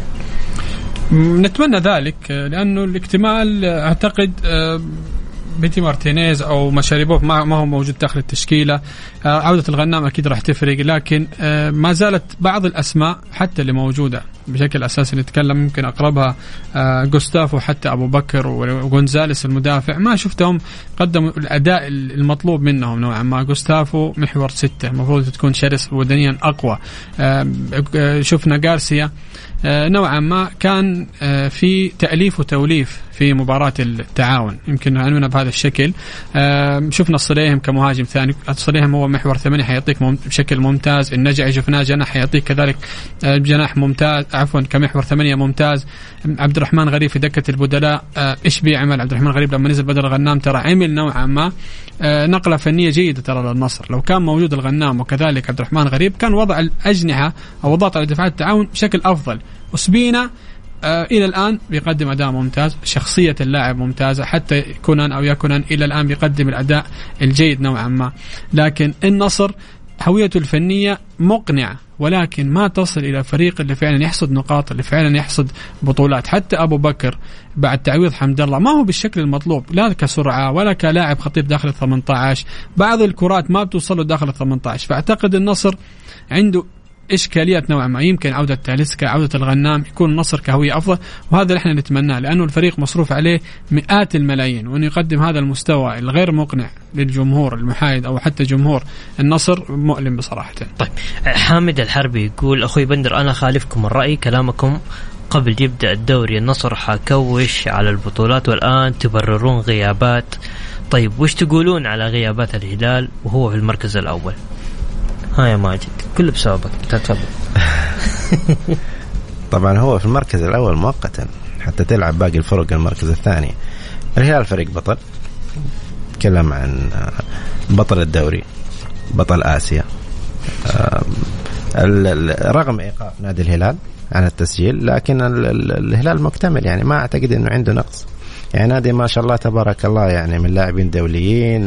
Speaker 7: نتمنى ذلك، لأنه الاكتمال أعتقد بيتي مارتينيز أو مشاريبوف ما هو موجود داخل التشكيلة. عودة الغنام أكيد راح تفرق، لكن ما زالت بعض الأسماء حتى اللي موجودة بشكل أساسي نتكلم يمكن أقربها غوستافو، حتى أبو بكر وغونزاليس المدافع ما شفتهم قدموا الأداء المطلوب منهم نوعا ما. غوستافو محور 6 المفروض تكون شرس ودنيا أقوى. شفنا غارسيا نوعا ما كان في تأليف وتوليف في مباراة التعاون، يمكن عنونا بهذا الشكل. شفنا الصليهم كمهاجم ثاني، الصليهم هو محور 8 حيعطيك بشكل ممتاز. النجعي شفناه جناح حيعطيك كذلك جناح ممتاز، عفوا كمحور 8 ممتاز. عبد الرحمن غريب في دكة البدلاء، إيش بيعمل عبد الرحمن غريب لما نزل بدل الغنام؟ ترى عمل نوعا ما نقلة فنية جيدة ترى للنصر. لو كان موجود الغنام وكذلك عبد الرحمن غريب كان وضع الأجنحة أو ضغط على دفاعات التعاون بشكل أفضل. وسبينا إلى الآن بيقدم أداء ممتاز، شخصية اللاعب ممتازة، حتى كونان أو يكونان إلى الآن بيقدم الأداء الجيد نوعا ما. لكن النصر هويته الفنية مقنعة، ولكن ما تصل إلى فريق اللي فعلا يحصد نقاط، اللي فعلا يحصد بطولات. حتى أبو بكر بعد تعويض حمد الله ما هو بالشكل المطلوب، لا كسرعة ولا كلاعب خطير داخل 18. بعض الكرات ما بتوصله داخل 18. فأعتقد النصر عنده إشكاليات نوعا ما. يمكن عودة تاليسكا، عودة الغنام، يكون النصر كهوية أفضل، وهذا اللي احنا نتمناه، لأنه الفريق مصروف عليه مئات الملايين، وأنه يقدم هذا المستوى الغير مقنع للجمهور المحايد أو حتى جمهور النصر مؤلم بصراحة.
Speaker 2: طيب حامد الحربي يقول أخوي بندر أنا خالفكم الرأي، كلامكم قبل يبدأ الدوري النصر حكوش على البطولات والآن تبررون غيابات. طيب وش تقولون على غيابات الهلال وهو في المركز الأول؟ ها يا ماجد كله بسببك، تفضل.
Speaker 4: طبعا هو في المركز الأول مؤقتا حتى تلعب باقي الفرق المركز الثاني. الهلال فريق بطل، تكلم عن بطل الدوري، بطل آسيا، رغم إيقاف نادي الهلال عن التسجيل، لكن الهلال مكتمل، يعني ما أعتقد أنه عنده نقص. يعني نادي ما شاء الله تبارك الله، يعني من لاعبين دوليين،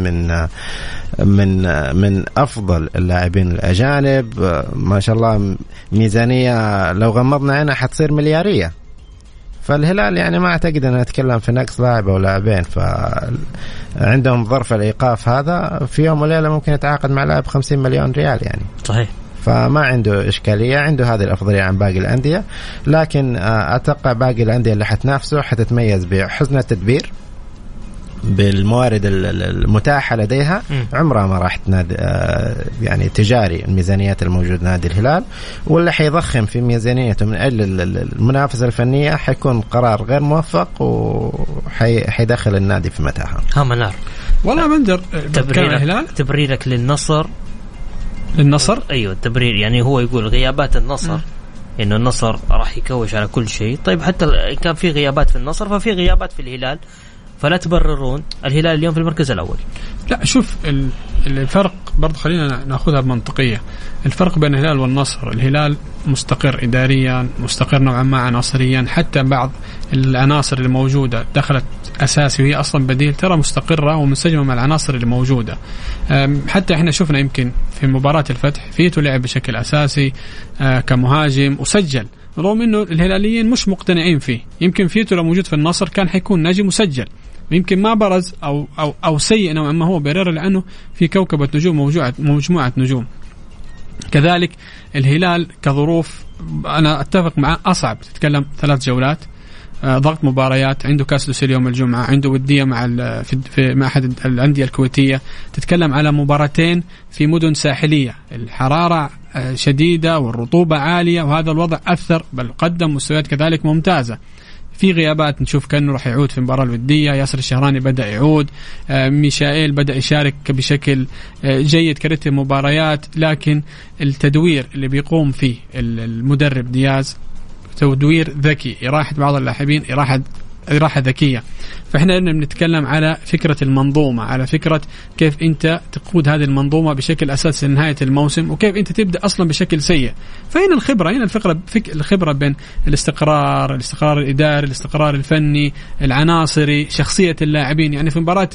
Speaker 4: من أفضل اللاعبين الأجانب، ما شاء الله ميزانية لو غمضنا عينها حتصير مليارية. فالهلال يعني ما أعتقد أن أتكلم في نقص لاعب أو لاعبين، فعندهم ظرف الإيقاف هذا في يوم وليلة ممكن يتعاقد مع لاعب 50 مليون ريال يعني.
Speaker 2: صحيح.
Speaker 4: فما عنده إشكالية، عنده هذه الأفضلية عن باقي الأندية. لكن أتوقع باقي الأندية اللي حتنافسه حتتميز بحسن التدبير، بالموارد المتاحة لديها. عمرها ما راح تنادي يعني تجاري الميزانيات الموجودة نادي الهلال، واللي حيضخم في ميزانيته من أجل المنافسة الفنية حيكون قرار غير موفق وحيدخل النادي في متاهة.
Speaker 2: ها منار
Speaker 7: والله بندر
Speaker 2: تبريرك للنصر ايوه التبرير، يعني هو يقول غيابات النصر انه النصر راح يكوش على كل شيء. طيب حتى إن كان في غيابات في النصر ففي غيابات في الهلال، فلا تبررون الهلال اليوم في المركز الأول.
Speaker 7: لا شوف الفرق برضه، خلينا نأخذها بمنطقية. الفرق بين الهلال والنصر، الهلال مستقر إداريا، مستقر نوعا ما عناصريا، حتى بعض العناصر اللي موجودة دخلت أساسي وهي أصلا بديل ترى مستقرة ومنسجمة مع العناصر اللي موجودة. حتى احنا شفنا يمكن في مباراة الفتح فيتو لعب بشكل أساسي كمهاجم وسجل، رغم انه الهلاليين مش مقتنعين فيه. يمكن فيتو لو موجود في النصر كان حيكون ناجي مسجل، يمكن ما برز او سيء نوعا ما هو بيريرا، لانه في كوكبة نجوم، مجموعة نجوم. كذلك الهلال كظروف انا اتفق معه، اصعب تتكلم 3 جولات، ضغط مباريات، عنده كاس لوسيل يوم الجمعة، عنده ودية مع أحد الأندية الكويتية، تتكلم على مباراتين في مدن ساحلية، الحرارة شديدة والرطوبة عالية، وهذا الوضع أثر، بل قدم مستويات كذلك ممتازة. في غيابات نشوف كأنه راح يعود في المباراة الودية، ياسر الشهراني بدأ يعود، ميشائيل بدأ يشارك بشكل جيد كرتب مباريات، لكن التدوير اللي بيقوم فيه المدرب دياز تدوير ذكي، إراحة بعض اللاعبين إراحة ذكية. فإحنا بنتكلم على فكرة المنظومة، على فكرة كيف أنت تقود هذه المنظومة بشكل أساسي لنهاية الموسم، وكيف أنت تبدأ أصلا بشكل سيء. فهنا الخبرة، هنا الخبرة بين الاستقرار الإداري، الاستقرار الفني، العناصري، شخصية اللاعبين. يعني في مباراة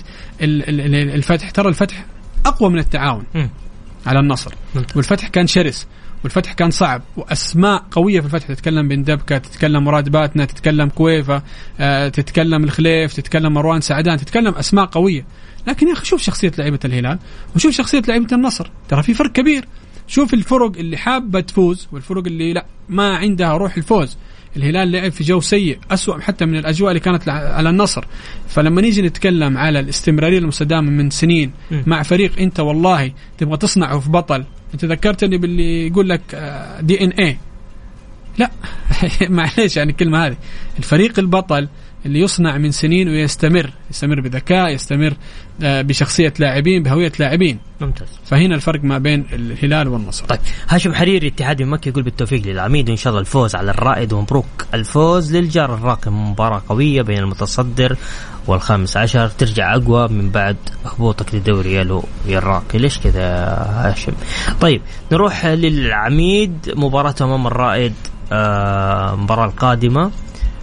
Speaker 7: الفتح ترى الفتح أقوى من التعاون على النصر، والفتح كان شرس، والفتح كان صعب، وأسماء قوية في الفتح. تتكلم بن دبكة، تتكلم مراد باتنا، تتكلم كويفة، تتكلم الخليف، تتكلم مروان سعدان، تتكلم أسماء قوية. لكن يا أخي شوف شخصية لعيبة الهلال وشوف شخصية لعيبة النصر، ترى في فرق كبير. شوف الفرق اللي حابة تفوز والفرق اللي لا، ما عندها روح الفوز. الهلال لعب في جو سيء، أسوأ حتى من الأجواء اللي كانت على النصر. فلما نيجي نتكلم على الاستمرارية المستدامة من سنين مع فريق أنت والله تبغى تصنعه في بطل، أنت ذكرتني باللي يقول لك DNA، لا معليش يعني الكلمة هذه، الفريق البطل اللي يصنع من سنين ويستمر بذكاء، يستمر بشخصية لاعبين، بهوية لاعبين.
Speaker 2: ممتاز.
Speaker 7: فهنا الفرق ما بين الهلال والنصر.
Speaker 2: طيب هاشم حريري اتحاد مكة يقول بالتوفيق للعميد وإن شاء الله الفوز على الرائد، ومبروك الفوز للجار الراقم. مباراة قوية بين المتصدر وال15، ترجع أقوى من بعد هبوطك للدوري يا الراقي. ليش كذا هاشم؟ طيب نروح للعميد، مباراة أمام الرائد، مباراة القادمة،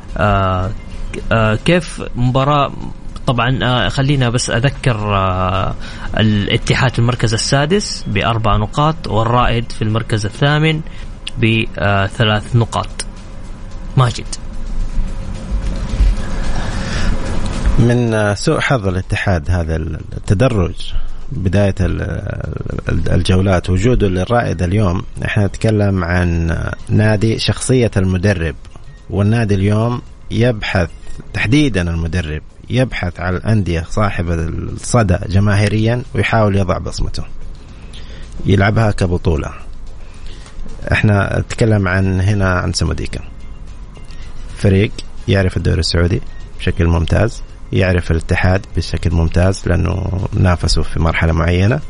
Speaker 2: كيف مباراة؟ طبعا خلينا بس أذكر الاتحاد في المركز السادس ب4 نقاط، والرائد في المركز الثامن ب3 نقاط. ماجد.
Speaker 4: من سوء حظ الاتحاد هذا التدرج بداية الجولات، وجوده للرائد اليوم. احنا نتكلم عن نادي شخصية المدرب، والنادي اليوم يبحث تحديدا المدرب يبحث على الأندية صاحب الصدى جماهيريا ويحاول يضع بصمته، يلعبها كبطولة. احنا نتكلم هنا عن سموديكا، فريق يعرف الدوري السعودي بشكل ممتاز، يعرف الاتحاد بشكل ممتاز لأنه نافسوا في مرحلة معينة.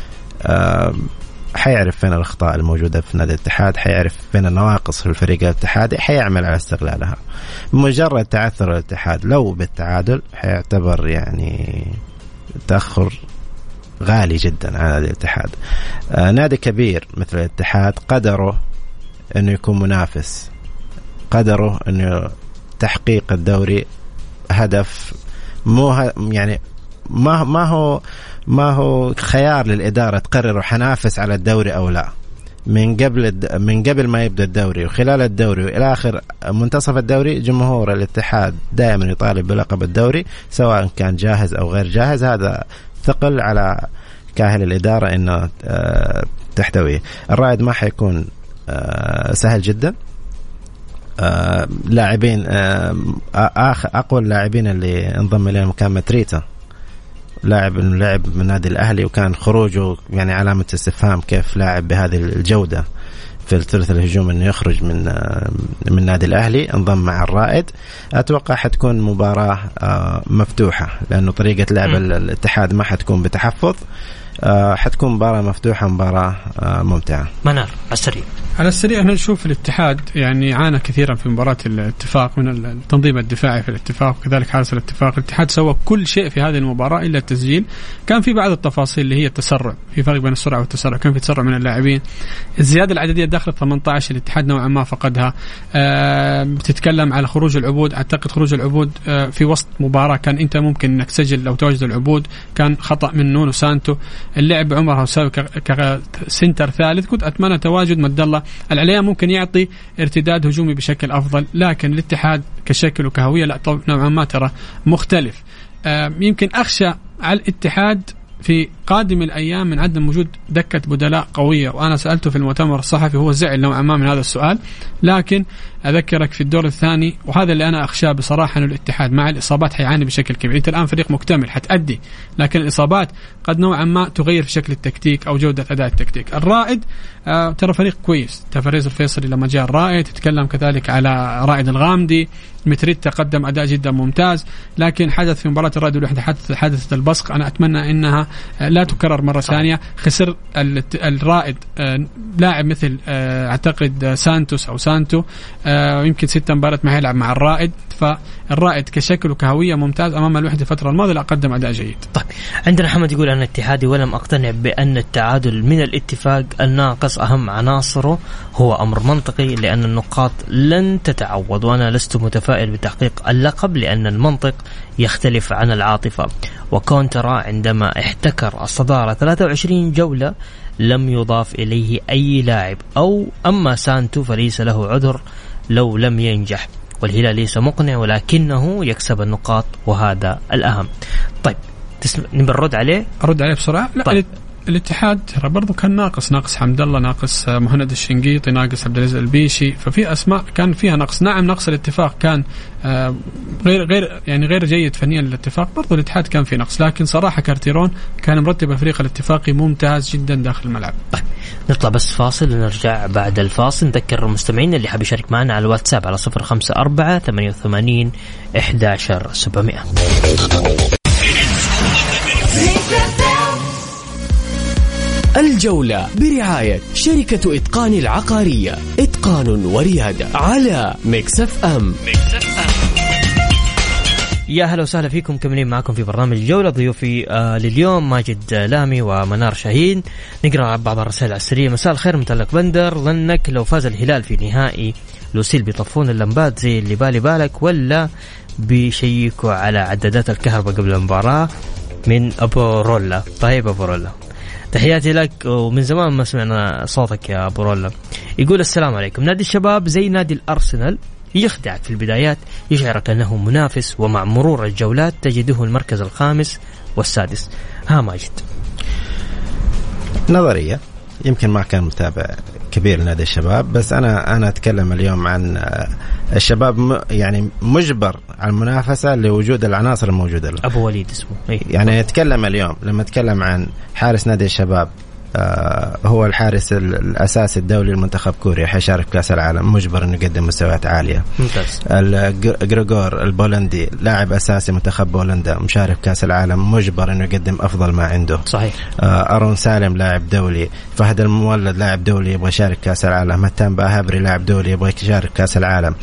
Speaker 4: حيعرف فين الأخطاء الموجودة في نادي الاتحاد، حيعرف فين النواقص في الفريق الاتحادي، حيعمل على استغلالها. مجرد تعثر الاتحاد لو بالتعادل حيعتبر يعني تأخر غالي جدا على نادي الاتحاد. نادي كبير مثل الاتحاد قدره أنه يكون منافس، قدره أنه تحقيق الدوري هدف، يعني ما هو خيار للإدارة تقرر حنافس على الدوري أو لا من قبل ما يبدأ الدوري وخلال الدوري وإلى آخر منتصف الدوري. جمهور الاتحاد دائما يطالب بلقب الدوري سواء كان جاهز أو غير جاهز. هذا ثقل على كاهل الإدارة إنه تحتويه. الرائد ما حيكون سهل جدا. لاعبين أقوى اللاعبين اللي انضم إليهم كان ماتريتا، لاعب من النادي الأهلي، وكان خروجه يعني علامة استفهام، كيف لاعب بهذه الجودة في الثلث الهجوم انه يخرج من النادي الأهلي انضم مع الرائد. اتوقع حتكون مباراة مفتوحة لأنه طريقة لعب الاتحاد ما حتكون بتحفظ، حتكون مباراة مفتوحة، مباراة ممتعة.
Speaker 2: منار على
Speaker 7: السريع احنا نشوف الاتحاد يعني عانى كثيرا في مباراة الاتفاق من التنظيم الدفاعي في الاتفاق، وكذلك حارس الاتفاق. الاتحاد سوى كل شيء في هذه المباراة إلا التسجيل. كان في بعض التفاصيل اللي هي التسرع، في فرق بين السرعة والتسرع، كان في تسرع من اللاعبين. الزيادة العددية داخل 18 الاتحاد نوعا ما فقدها. بتتكلم على خروج العبود، أعتقد خروج العبود في وسط مباراة كان أنت ممكن أنك تسجل لو تواجد العبود، كان خطأ من نونو سانتو. اللعب عمر هوساوي كسنتر ثالث، كنت أتمنى تواجد مد الله العليا، ممكن يعطي ارتداد هجومي بشكل أفضل. لكن الاتحاد كشكل وكهوية لا نوعا ما ترى مختلف. يمكن أخشى على الاتحاد في قادم الأيام من عدم وجود دكة بدلاء قوية، وأنا سألته في المؤتمر الصحفي وهو زعل نوعا ما من هذا السؤال. لكن أذكرك في الدور الثاني، وهذا اللي أنا أخشاه بصراحة، أن الاتحاد مع الإصابات حيعاني بشكل كبير. أنت الآن فريق مكتمل حتأدي، لكن الإصابات قد نوعا ما تغير في شكل التكتيك أو جودة أداء التكتيك. الرائد ترى فريق كويس، تفريز الفيصلي لما جاء الرائد، تتكلم كذلك على رائد الغامدي، متريد تقدم أداء جدا ممتاز. لكن حدث في مباراة الرائد والوحدة حدثت البصق، أنا أتمنى أنها لا تكرر مرة ثانية. خسر الرائد لاعب مثل أعتقد سانتوس أو سانتو، يمكن 6 مباريات ما يلعب مع الرائد. فالرائد كشكل وكهوية ممتاز أمام الوحدة الفترة الماضية، لا قدم أداء جيد.
Speaker 2: طيب عندنا حمد يقول أنا اتحادي ولم أقتنع بأن التعادل من الاتفاق الناقص أهم عناصره هو أمر منطقي، لأن النقاط لن تتعوض، وأنا لست متفائل بتحقيق اللقب لأن المنطق يختلف عن العاطفة. وكونترا عندما احتكر الصدارة 23 جولة لم يضاف إليه أي لاعب، أو أما سانتو فليس له عذر لو لم ينجح، والهلال ليس مقنع ولكنه يكسب النقاط وهذا الأهم. طيب نبي نرد عليه؟
Speaker 7: أرد عليه بسرعة. لا طيب. الاتحاد ترى برضو كان ناقص حمد الله، ناقص مهند الشنقيطي، ناقص عبد العزيز البيشي، ففي أسماء كان فيها نقص. نعم نقص الاتفاق كان غير جيد فنيا للاتفاق، برضو الاتحاد كان في نقص، لكن صراحة كارتيرون كان مرتب الفريق الاتفاقي ممتاز جدا داخل الملعب.
Speaker 2: طيب نطلع بس فاصل ونرجع بعد الفاصل. نذكر المستمعين اللي حاب يشارك معنا على الواتساب على 0548811700.
Speaker 1: الجولة برعاية شركة إتقان العقارية، إتقان وريادة، على ميكس اف ام.
Speaker 2: يا هلا وسهلا فيكم، كملين معكم في برنامج الجولة. ضيوفي لليوم ماجد لامي ومنار شاهين. نقرأ بعض الرسائل على السريع. مساء الخير، متألق بندر، ظنك لو فاز الهلال في نهائي لوسيل بيطفون اللمبات زي اللي بالك، ولا بيشيكوا على عدادات الكهرباء قبل المباراة؟ من أبو رولا. طيب أبو رولا، تحياتي لك، ومن زمان ما سمعنا صوتك يا أبو رولا. يقول السلام عليكم، نادي الشباب زي نادي الأرسنال، يخدعك في البدايات، يشعرك أنه منافس، ومع مرور الجولات تجده المركز الخامس والسادس. ها ماجد.
Speaker 4: نظرية، يمكن ما كان متابع كبير لنادي الشباب، بس أنا أتكلم اليوم عن الشباب، يعني مجبر على المنافسة لوجود العناصر الموجودة له.
Speaker 2: أبو وليد اسمه.
Speaker 4: يعني أتكلم اليوم لما أتكلم عن حارس نادي الشباب، هو الحارس الأساسي الدولي للمنتخب كوريا، حيشارك كأس العالم، مجبر إنه يقدم مستويات عالية.
Speaker 2: ممتاز.
Speaker 4: غريغور البولندي لاعب أساسي منتخب بولندا، مشارك كأس العالم، مجبر إنه يقدم أفضل ما عنده.
Speaker 2: صحيح.
Speaker 4: أرون سالم لاعب دولي، فهد المولد لاعب دولي يبغى يشارك كأس العالم، متان باهبري لاعب دولي يبغى يشارك كأس العالم.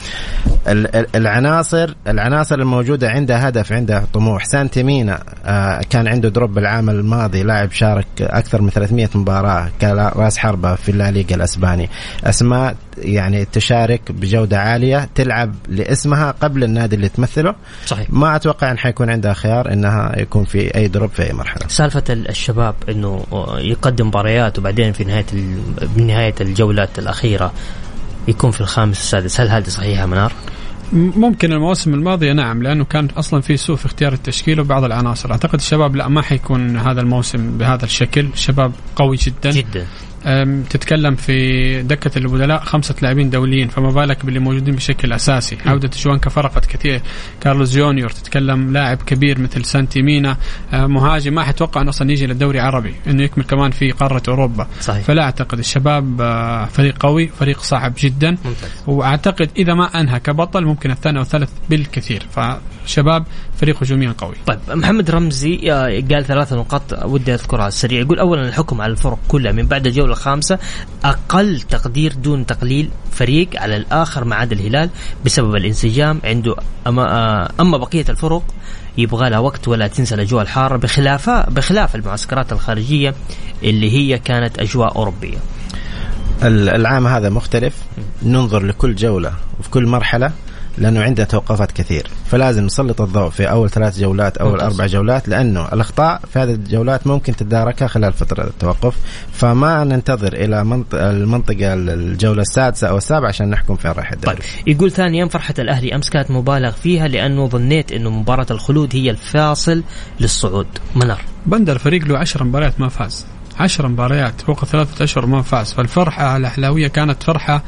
Speaker 4: العناصر الموجودة عندها هدف، عندها طموح. سانتي مينا كان عنده دروب العام الماضي، لاعب شارك أكثر من 300 مباراة كراس حربة في الليغا الأسباني. أسماء يعني تشارك بجودة عالية، تلعب لاسمها قبل النادي اللي تمثله.
Speaker 2: صحيح.
Speaker 4: ما أتوقع أن حيكون عندها خيار إنها يكون في أي دروب في أي مرحلة.
Speaker 2: سالفة الشباب إنه يقدم مباريات وبعدين في نهاية الجولات الأخيرة يكون في الخامس السادس، هل هذه صحيحة منار؟
Speaker 7: ممكن المواسم الماضية نعم، لأنه كان أصلا في سوء في اختيار التشكيل وبعض العناصر. أعتقد الشباب لا، ما حيكون هذا الموسم بهذا الشكل. الشباب قوي جدا. تتكلم في دكة البدلاء 5 لاعبين دوليين، فما بالك باللي موجودين بشكل أساسي. عودة جوانكا فرقت كثير. كارلوس جونيور، تتكلم لاعب كبير مثل سانتي مينا، مهاجم ما حتوقع أنه أصلا يجي للدوري العربي، إنه يكمل كمان في قارة أوروبا.
Speaker 2: صحيح.
Speaker 7: فلا أعتقد الشباب فريق قوي، فريق صعب جدا.
Speaker 2: ممتاز.
Speaker 7: وأعتقد إذا ما أنهى كبطل ممكن الثاني أو الثالث بالكثير. فشباب فريق هجوميا قوي.
Speaker 2: طيب محمد رمزي قال 3 نقاط ودي أذكرها على السريع. يقول أولا الحكم على الفرق كلها من بعد الجولة الخامسة أقل تقدير دون تقليل فريق على الآخر ما عدا الهلال بسبب الانسجام عنده. أما بقية الفرق يبغى لها وقت، ولا تنسى الأجواء الحارة بخلاف المعسكرات الخارجية اللي هي كانت أجواء أوروبية.
Speaker 4: العام هذا مختلف، ننظر لكل جولة وفي كل مرحلة، لأنه عنده توقفات كثير، فلازم نسلط الضوء في أول 3 جولات أول 4 جولات، لأنه الأخطاء في هذه الجولات ممكن تتداركها خلال فترة التوقف. فما ننتظر إلى المنطقة الجولة السادسة أو السابعة عشان نحكم فين راح الدوري.
Speaker 2: طيب. يقول ثانيا فرحة الأهلي أمس كانت مبالغ فيها، لأنه ظنيت أنه مباراة الخلود هي الفاصل للصعود. منار.
Speaker 7: بندر فريق له 10 مباريات ما فاز، 10 مباريات فوق 3 أشهر ما فاز، فالفرحة الأهلاوية كانت فرحة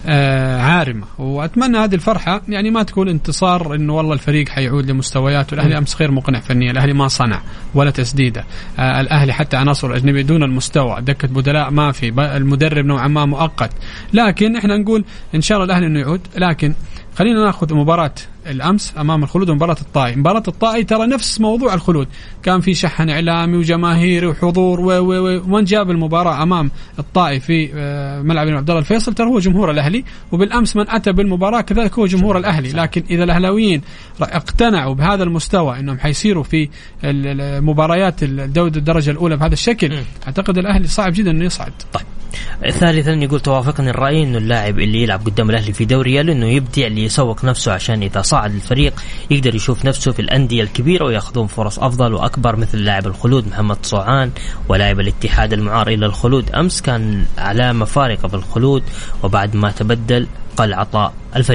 Speaker 7: عارمة. وأتمنى هذه الفرحة يعني ما تكون انتصار إنه والله الفريق حيعود لمستوياته. الأهلي أمس غير مقنع فنيا، الأهلي ما صنع ولا تسديدة. الأهلي حتى عناصر أجنبية دون المستوى، دكة بدلاء ما في، المدرب نوعا ما مؤقت. لكن إحنا نقول إن شاء الله الأهلي إنه يعود. لكن خلينا ناخذ مباراة الأمس أمام الخلود ومباراة الطائي. مباراة الطائي ترى نفس موضوع الخلود، كان في شحن إعلامي وجماهيري وحضور ومن جاب المباراة أمام الطائي في ملعب عبد الله الفيصل ترى هو جمهور الأهلي، وبالأمس من أتى بالمباراة كذلك هو جمهور الأهلي. لكن إذا الأهلاويين اقتنعوا بهذا المستوى إنهم حيصيروا في المباريات الدرجة الأولى بهذا الشكل، أعتقد الأهلي صعب جدا إنه يصعد.
Speaker 2: طيب. ثالثا يقول توافقني الرأي إنه اللاعب اللي يلعب قدام الأهلي في دوري إنه يبدع ليسوق نفسه، عشان إذا صعد الفريق يقدر يشوف نفسه في الأندية الكبيرة ويأخذون فرص أفضل وأكبر، مثل لاعب الخلود محمد صوعان ولاعب الاتحاد المعار إلى الخلود. أمس كان علامة فارقة بالخلود، وبعد ما تبدل قل عطاء الفريق.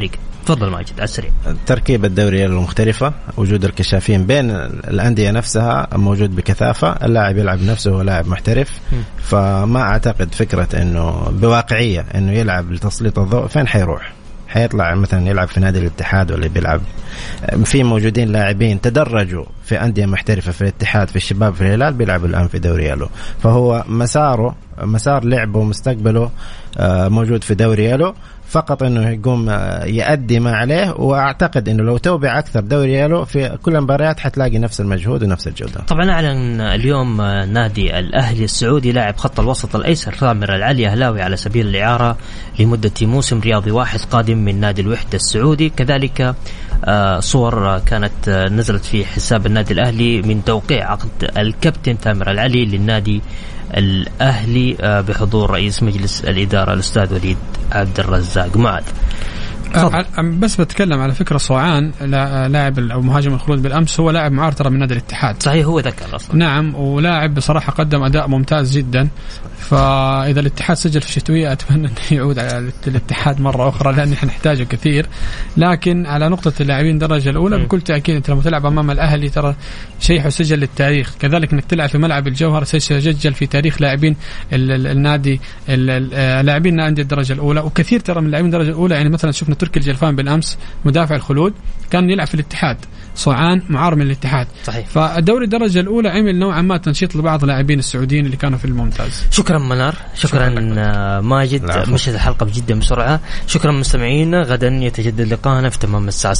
Speaker 2: تفضل ماجد أسرع.
Speaker 4: تركيب الدوري المختلفة، وجود الكشافين بين الأندية نفسها موجود بكثافة، اللاعب يلعب نفسه هو لاعب محترف. فما أعتقد فكرة إنه بواقعية إنه يلعب لتسليط الضوء. فين حيروح؟ حيطلع مثلا يلعب في نادي الاتحاد ولا بيلعب في موجودين لاعبين تدرجوا في أندية محترفة في الاتحاد، في الشباب، في الهلال، بيلعبوا الآن في دوري يالو. فهو مسار لعبه ومستقبله موجود في دوري يالو، فقط انه يقوم يؤدي ما عليه. واعتقد انه لو توبع اكثر دوري يالو في كل المباريات حتلاقي نفس المجهود ونفس الجوده.
Speaker 2: طبعا اعلن اليوم نادي الاهلي السعودي لاعب خط الوسط الايسر ثامر العلي اهلاوي على سبيل الاعاره لمده موسم رياضي واحد قادم من نادي الوحده السعودي. كذلك صور كانت نزلت في حساب النادي الاهلي من توقيع عقد الكابتن ثامر العلي للنادي الأهلي بحضور رئيس مجلس الإدارة الأستاذ وليد عبد الرزاق. معاذ
Speaker 7: بس بتكلم على فكرة صوعان لاعب أو مهاجم الخلود بالأمس هو لاعب معار ترى من نادي الاتحاد.
Speaker 2: صحيح هو ذكر أصلا.
Speaker 7: نعم ولاعب بصراحة قدم أداء ممتاز جدا. فإذا الاتحاد سجل في الشتوية أتمنى أنه يعود على الاتحاد مرة أخرى لأن نحن نحتاجه كثير. لكن على نقطة اللاعبين درجة الأولى بكل تأكيد أنت لما تلعب أمام الأهلي ترى شيء حيسجل للتاريخ. كذلك أنك تلعب في ملعب الجوهر سيسجل في تاريخ لاعبين النادي لاعبين نادي الدرجة الأولى. وكثير ترى من لاعبين الدرجة الأولى يعني مثلا شفنا تركي الجلفان بالأمس مدافع الخلود كان يلعب في الاتحاد، صوعان معار من الاتحاد.
Speaker 2: صحيح.
Speaker 7: فالدوري الدرجة الأولى عمل نوعا ما تنشيط لبعض اللاعبين السعوديين اللي كانوا في الممتاز.
Speaker 2: شكرا منار، شكرا ماجد. مشهد الحلقة جدا بسرعة. شكرا مستمعينا، غدا يتجدد لقاءنا في تمام الساعة